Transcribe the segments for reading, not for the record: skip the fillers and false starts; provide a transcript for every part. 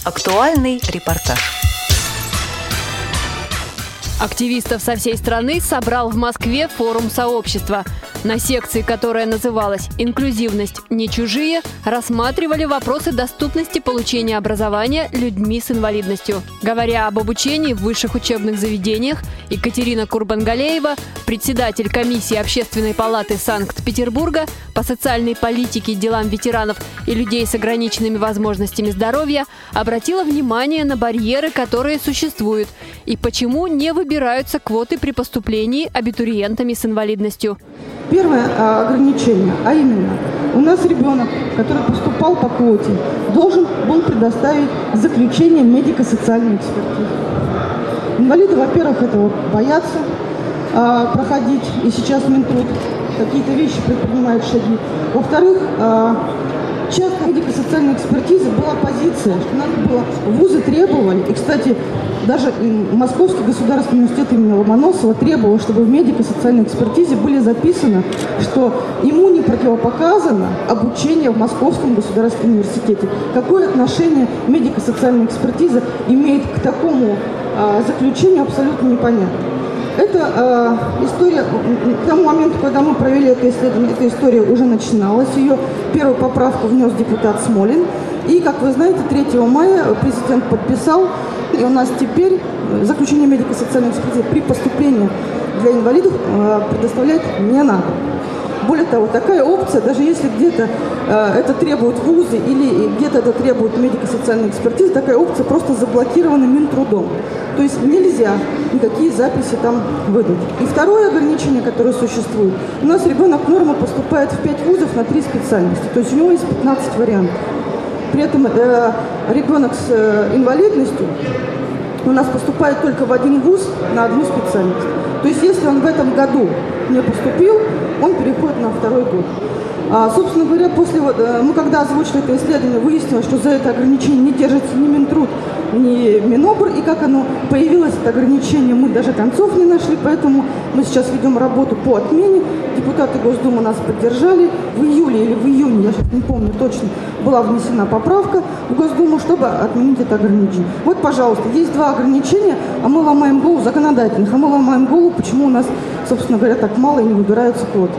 Актуальный репортаж. Активистов со всей страны собрал в Москве форум сообщества. На секции, которая называлась «Инклюзивность. Не чужие», рассматривали вопросы доступности получения образования людьми с инвалидностью. Говоря об обучении в высших учебных заведениях, Екатерина Курбангалеева, председатель комиссии Общественной палаты Санкт-Петербурга по социальной политике, делам ветеранов и людей с ограниченными возможностями здоровья, обратила внимание на барьеры, которые существуют, и почему не выбираются квоты при поступлении абитуриентами с инвалидностью. Первое ограничение, а именно, у нас ребенок, который поступал по квоте, должен был предоставить заключение медико-социальной экспертизы. Инвалиды, во-первых, этого боятся проходить, и сейчас Минтруд какие-то вещи предпринимает шаги. Во-вторых, часто медико-социальной экспертизы была позиция, что надо было, вузы требовали, и, кстати, даже Московский государственный университет имени Ломоносова требовал, чтобы в медико-социальной экспертизе были записано, что ему не противопоказано обучение в Московском государственном университете. Какое отношение медико-социальная экспертиза имеет к такому заключению, абсолютно непонятно. Это история, к тому моменту, когда мы провели это исследование, эта история уже начиналась. Ее первую поправку внес депутат Смолин. И, как вы знаете, 3 мая президент подписал, и у нас теперь заключение медико-социальной экспертизы при поступлении для инвалидов предоставлять не надо. Более того, такая опция, даже если где-то это требуют вузы или где-то это требует медико-социальной экспертизы, такая опция просто заблокирована Минтрудом. То есть нельзя никакие записи там выдать. И второе ограничение, которое существует, у нас ребенок норма поступает в 5 вузов на 3 специальности, то есть у него есть 15 вариантов. При этом ребенок с инвалидностью у нас поступает только в 1 вуз на 1 специальность. То есть если он в этом году не поступил, он переходит на 2-й год. Собственно говоря, мы когда озвучили это исследование, выяснилось, что за это ограничение не держится ни Минтруд, ни Минобр, и как оно появилось, это ограничение, мы даже концов не нашли, поэтому мы сейчас ведем работу по отмене. Депутаты Госдумы нас поддержали. В июле или в июне, я сейчас не помню точно, была внесена поправка в Госдуму, чтобы отменить это ограничение. Вот, пожалуйста, есть 2 ограничения, а мы ломаем голову законодательных, а мы ломаем голову, почему у нас, собственно говоря, так мало и не выбираются квоты.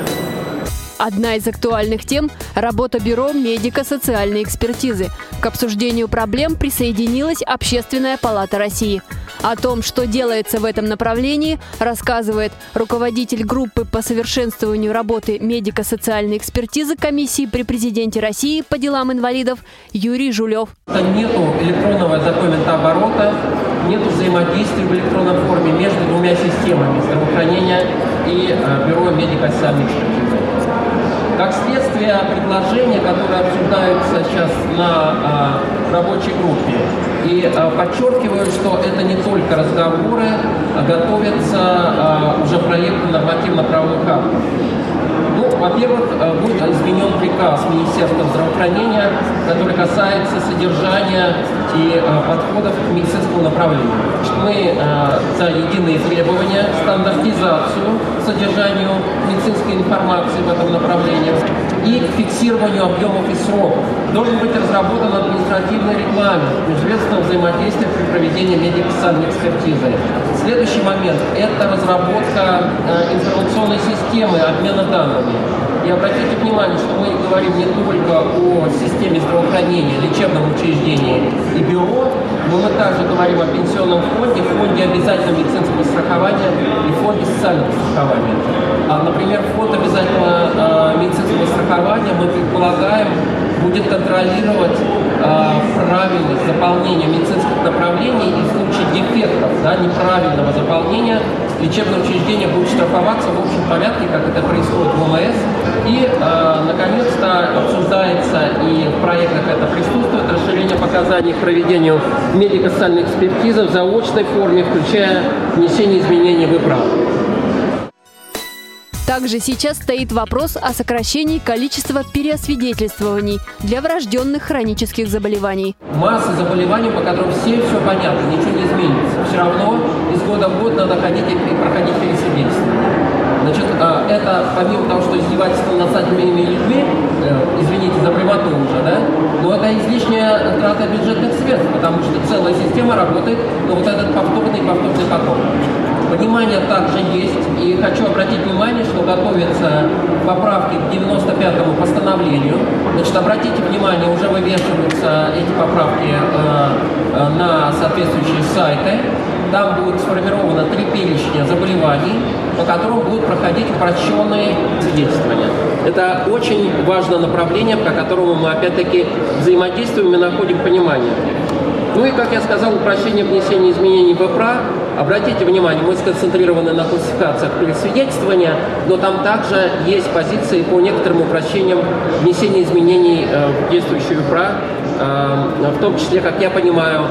Одна из актуальных тем – работа Бюро медико-социальной экспертизы. К обсуждению проблем присоединилась Общественная палата России. О том, что делается в этом направлении, рассказывает руководитель группы по совершенствованию работы медико-социальной экспертизы комиссии при президенте России по делам инвалидов Юрий Жулев. Нету электронного документооборота, нет взаимодействия в электронной форме между 2 системами здравоохранения и Бюро медико-социальной экспертизы. Как следствие предложения, которые обсуждаются сейчас на рабочей группе, и подчеркиваю, что это не только разговоры, а готовятся уже проекты нормативно-правовых актов. Во-первых, будет изменен приказ Министерства здравоохранения, который касается содержания и подходов к медицинскому направлению. Мы за единые требования, стандартизацию содержанию медицинской информации в этом направлении и к фиксированию объемов и сроков. Должен быть разработан административный регламент межведомственного взаимодействия при проведении медико-социальной экспертизы. Следующий момент – это разработка информационной системы обмена данными. И обратите внимание, что мы говорим не только о системе здравоохранения, лечебном учреждении и бюро, но мы также говорим о пенсионном фонде, фонде обязательного медицинского страхования и фонде социального страхования. Например, фонд обязательного медицинского страхования, мы предполагаем, будет контролировать правильность заполнения медицинских направлений и в случае дефектов, неправильного заполнения, лечебное учреждение будет штрафоваться в общем порядке, как это происходит в ОМС. И, наконец-то, обсуждается и в проектах это присутствует расширение показаний к проведению медико-социальной экспертизы в заочной форме, включая внесение изменений в ИПРА. Также сейчас стоит вопрос о сокращении количества переосвидетельствования для врожденных хронических заболеваний. Масса заболеваний, по которым все понятно, ничего не изменится. Все равно из года в год надо ходить и проходить пересвидетельствование. Значит, это помимо того, что издевательство над самими людьми, извините за прямоту уже, но это излишняя это трата бюджетных средств, потому что целая система работает на вот этот повторный поток. Понимание также есть, и хочу обратить внимание, что готовятся поправки к 95-му постановлению. Значит, обратите внимание, уже вывешиваются эти поправки на соответствующие сайты. Там будет сформировано 3 перечня заболеваний, по которым будут проходить упрощенные свидетельствования. Это очень важное направление, по которому мы опять-таки взаимодействуем и находим понимание. Ну и, как я сказал, упрощение внесения изменений в ИПРА. Обратите внимание, мы сконцентрированы на классификациях пересвидетельствования, но там также есть позиции по некоторым упрощениям внесения изменений в действующую ИПРА. В том числе, как я понимаю,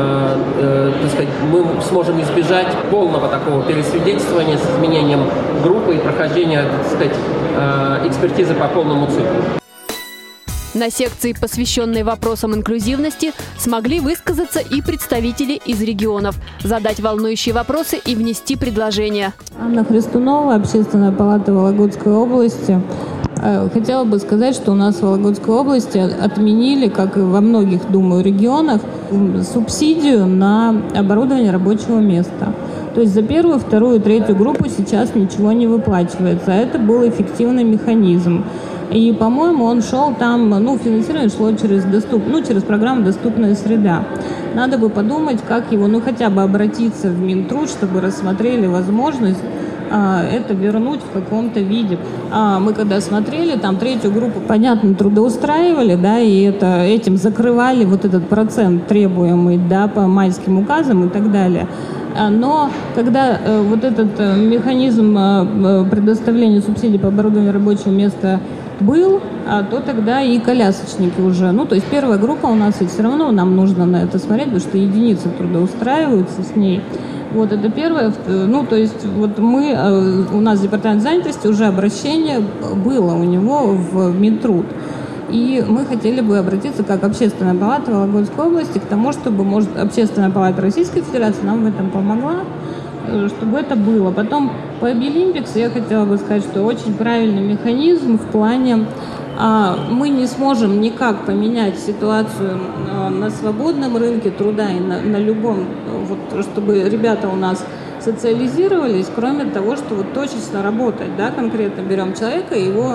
так сказать, мы сможем избежать полного такого пересвидетельствования с изменением группы и прохождения, так сказать, экспертизы по полному циклу. На секции, посвященной вопросам инклюзивности, смогли высказаться и представители из регионов, задать волнующие вопросы и внести предложения. Анна Христунова, Общественная палата Вологодской области. Хотела бы сказать, что у нас в Вологодской области отменили, как и во многих, думаю, регионах, субсидию на оборудование рабочего места. То есть за первую, вторую, третью группу сейчас ничего не выплачивается. Это был эффективный механизм. И, по-моему, он шел там, финансирование шло через программу «Доступная среда». Надо бы подумать, как его, хотя бы обратиться в Минтруд, чтобы рассмотрели возможность это вернуть в каком-то виде. Мы когда смотрели, там третью группу, понятно, трудоустраивали, да, и этим закрывали вот этот процент требуемый, да, по майским указам и так далее. Но когда вот этот механизм предоставления субсидий по оборудованию рабочего места был, то тогда и колясочники уже. То есть первая группа у нас, и все равно нам нужно на это смотреть, потому что единицы трудоустраиваются с ней. Вот это первое. То есть вот у нас департамент занятости, уже обращение было у него в Минтруд. И мы хотели бы обратиться как Общественная палата Вологодской области к тому, чтобы, может, Общественная палата Российской Федерации нам в этом помогла, чтобы это было. Потом по Билимпикс я хотела бы сказать, что очень правильный механизм в плане мы не сможем никак поменять ситуацию на свободном рынке труда и на любом, чтобы ребята у нас социализировались, кроме того, что точечно работать, да, конкретно берем человека, его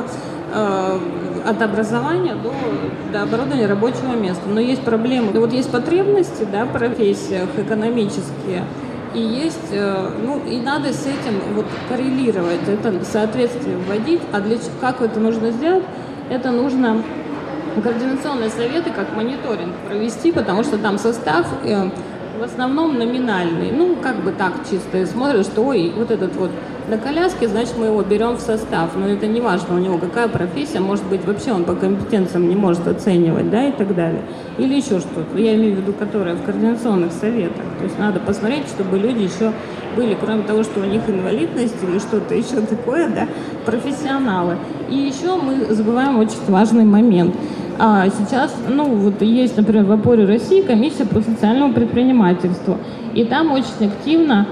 от образования до оборудования рабочего места. Но есть проблемы. Есть потребности, да, в профессиях экономические, и есть, и надо с этим коррелировать, это соответствие вводить. Как это нужно сделать? Это нужно координационные советы как мониторинг провести, потому что там состав в основном номинальный. Так чисто смотрят, что этот на коляске, значит, мы его берем в состав. Но это не важно, у него какая профессия, может быть, вообще он по компетенциям не может оценивать, да, и так далее. Или еще что-то, я имею в виду, которое в координационных советах. То есть надо посмотреть, чтобы люди еще были, кроме того, что у них инвалидность или что-то еще такое, да, профессионалы. И еще мы забываем очень важный момент. Сейчас, есть, например, в опоре России комиссия по социальному предпринимательству. И там очень активно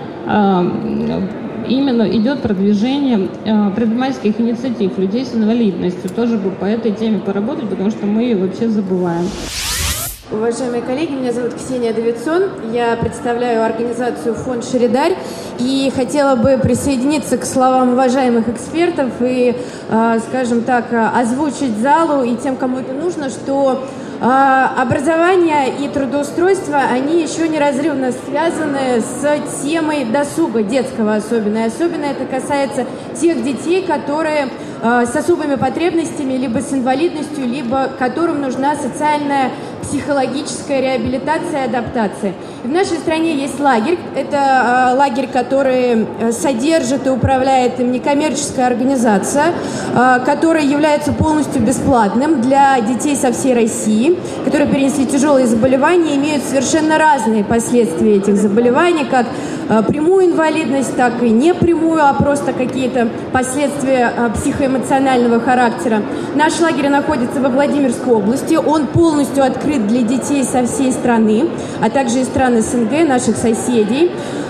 именно идет продвижение предпринимательских инициатив людей с инвалидностью. Тоже бы по этой теме поработать, потому что мы ее вообще забываем. Уважаемые коллеги, меня зовут Ксения Давидсон, я представляю организацию «Фонд Шеридарь» и хотела бы присоединиться к словам уважаемых экспертов и, скажем так, озвучить залу и тем, кому это нужно, что образование и трудоустройство, они еще неразрывно связаны с темой досуга, детского особенно. И особенно это касается тех детей, которые с особыми потребностями, либо с инвалидностью, либо которым нужна социальная, психологическая реабилитация и адаптация. И в нашей стране есть лагерь. Это лагерь, который содержит и управляет им некоммерческая организация, которая является полностью бесплатным для детей со всей России, которые перенесли тяжелые заболевания и имеют совершенно разные последствия этих заболеваний, как прямую инвалидность, так и непрямую, а просто какие-то последствия психоэмоционального характера. Наш лагерь находится во Владимирской области. Он полностью открыт для детей со всей страны, а также из стран стран СНГ, наших соседей.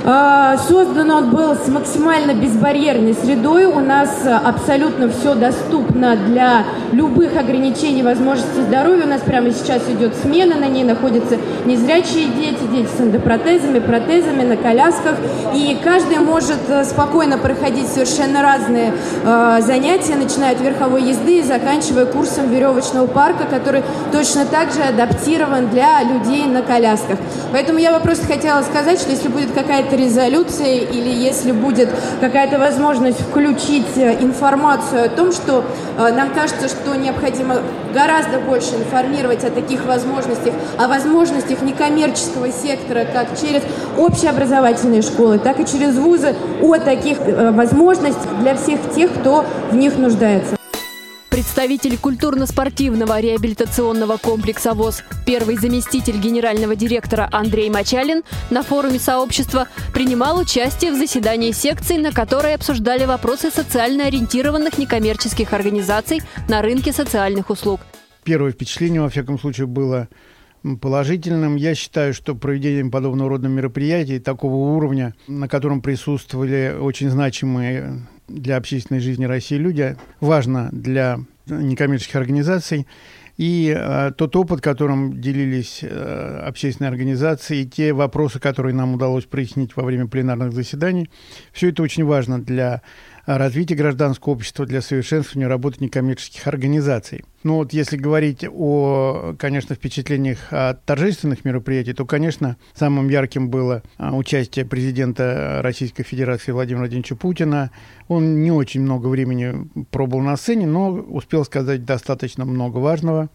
Создан он был с максимально безбарьерной средой. У нас абсолютно все доступно для любых ограничений возможностей здоровья. У нас прямо сейчас идет смена, на ней находятся незрячие дети, дети с эндопротезами, протезами, на колясках. И каждый может спокойно проходить совершенно разные занятия, начиная от верховой езды и заканчивая курсом веревочного парка, который точно так же адаптирован для людей на колясках. Поэтому я бы просто хотела сказать, что если будет какая-то резолюция или если будет какая-то возможность включить информацию о том, что нам кажется, что необходимо гораздо больше информировать о таких возможностях, о возможностях некоммерческого сектора, как через общеобразовательные школы, так и через вузы, о таких возможностях для всех тех, кто в них нуждается. Представитель культурно-спортивного реабилитационного комплекса ВОС, первый заместитель генерального директора Андрей Мочалин на форуме сообщества принимал участие в заседании секции, на которой обсуждали вопросы социально ориентированных некоммерческих организаций на рынке социальных услуг. Первое впечатление, во всяком случае, было положительным. Я считаю, что проведением подобного рода мероприятий такого уровня, на котором присутствовали очень значимые для общественной жизни России люди, важно для некоммерческих организаций. И тот опыт, которым делились общественные организации, и те вопросы, которые нам удалось прояснить во время пленарных заседаний, все это очень важно для развития гражданского общества, для совершенствования работы некоммерческих организаций. Но вот если говорить о, конечно, впечатлениях от торжественных мероприятий, то, конечно, самым ярким было участие президента Российской Федерации Владимира Владимировича Путина. Он не очень много времени пробыл на сцене, но успел сказать достаточно много важного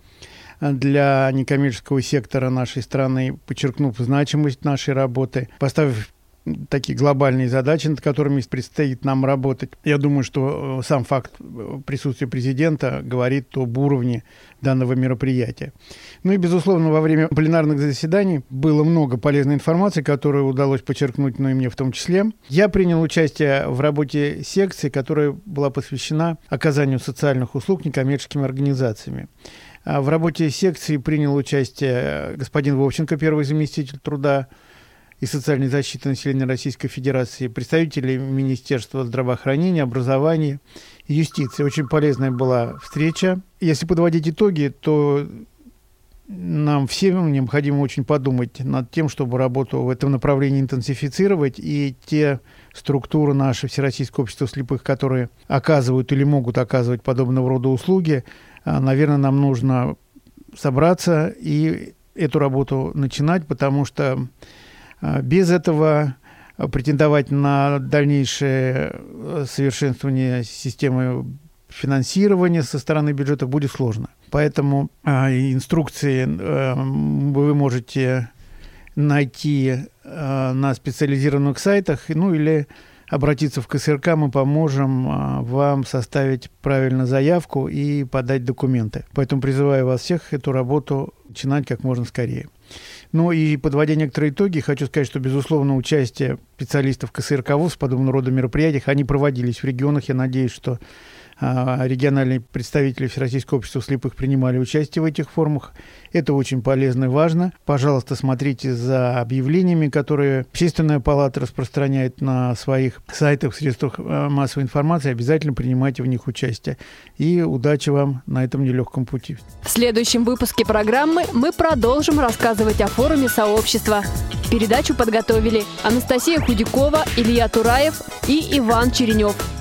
для некоммерческого сектора нашей страны, подчеркнув значимость нашей работы, поставив такие глобальные задачи, над которыми предстоит нам работать. Я думаю, что сам факт присутствия президента говорит об уровне данного мероприятия. Ну и, безусловно, во время пленарных заседаний было много полезной информации, которую удалось подчеркнуть, но и мне в том числе. Я принял участие в работе секции, которая была посвящена оказанию социальных услуг некоммерческими организациями. В работе секции принял участие господин Вовченко, первый заместитель труда и социальной защиты населения Российской Федерации, представители Министерства здравоохранения, образования и юстиции. Очень полезная была встреча. Если подводить итоги, то нам всем необходимо очень подумать над тем, чтобы работу в этом направлении интенсифицировать, и те структуры наши, Всероссийское общество слепых, которые оказывают или могут оказывать подобного рода услуги, наверное, нам нужно собраться и эту работу начинать, потому что без этого претендовать на дальнейшее совершенствование системы финансирования со стороны бюджета будет сложно. Поэтому инструкции вы можете найти на специализированных сайтах, ну или обратиться в КСРК, мы поможем вам составить правильно заявку и подать документы. Поэтому призываю вас всех эту работу начинать как можно скорее. Ну и подводя некоторые итоги, хочу сказать, что, безусловно, участие специалистов КСРК ВОС в подобного рода мероприятиях, они проводились в регионах. Я надеюсь, что региональные представители Всероссийского общества слепых принимали участие в этих форумах. Это очень полезно и важно. Пожалуйста, смотрите за объявлениями, которые Общественная палата распространяет на своих сайтах, в средствах массовой информации. Обязательно принимайте в них участие. И удачи вам на этом нелегком пути. В следующем выпуске программы мы продолжим рассказывать о форуме сообщества. Передачу подготовили Анастасия Худякова, Илья Тураев и Иван Черенев.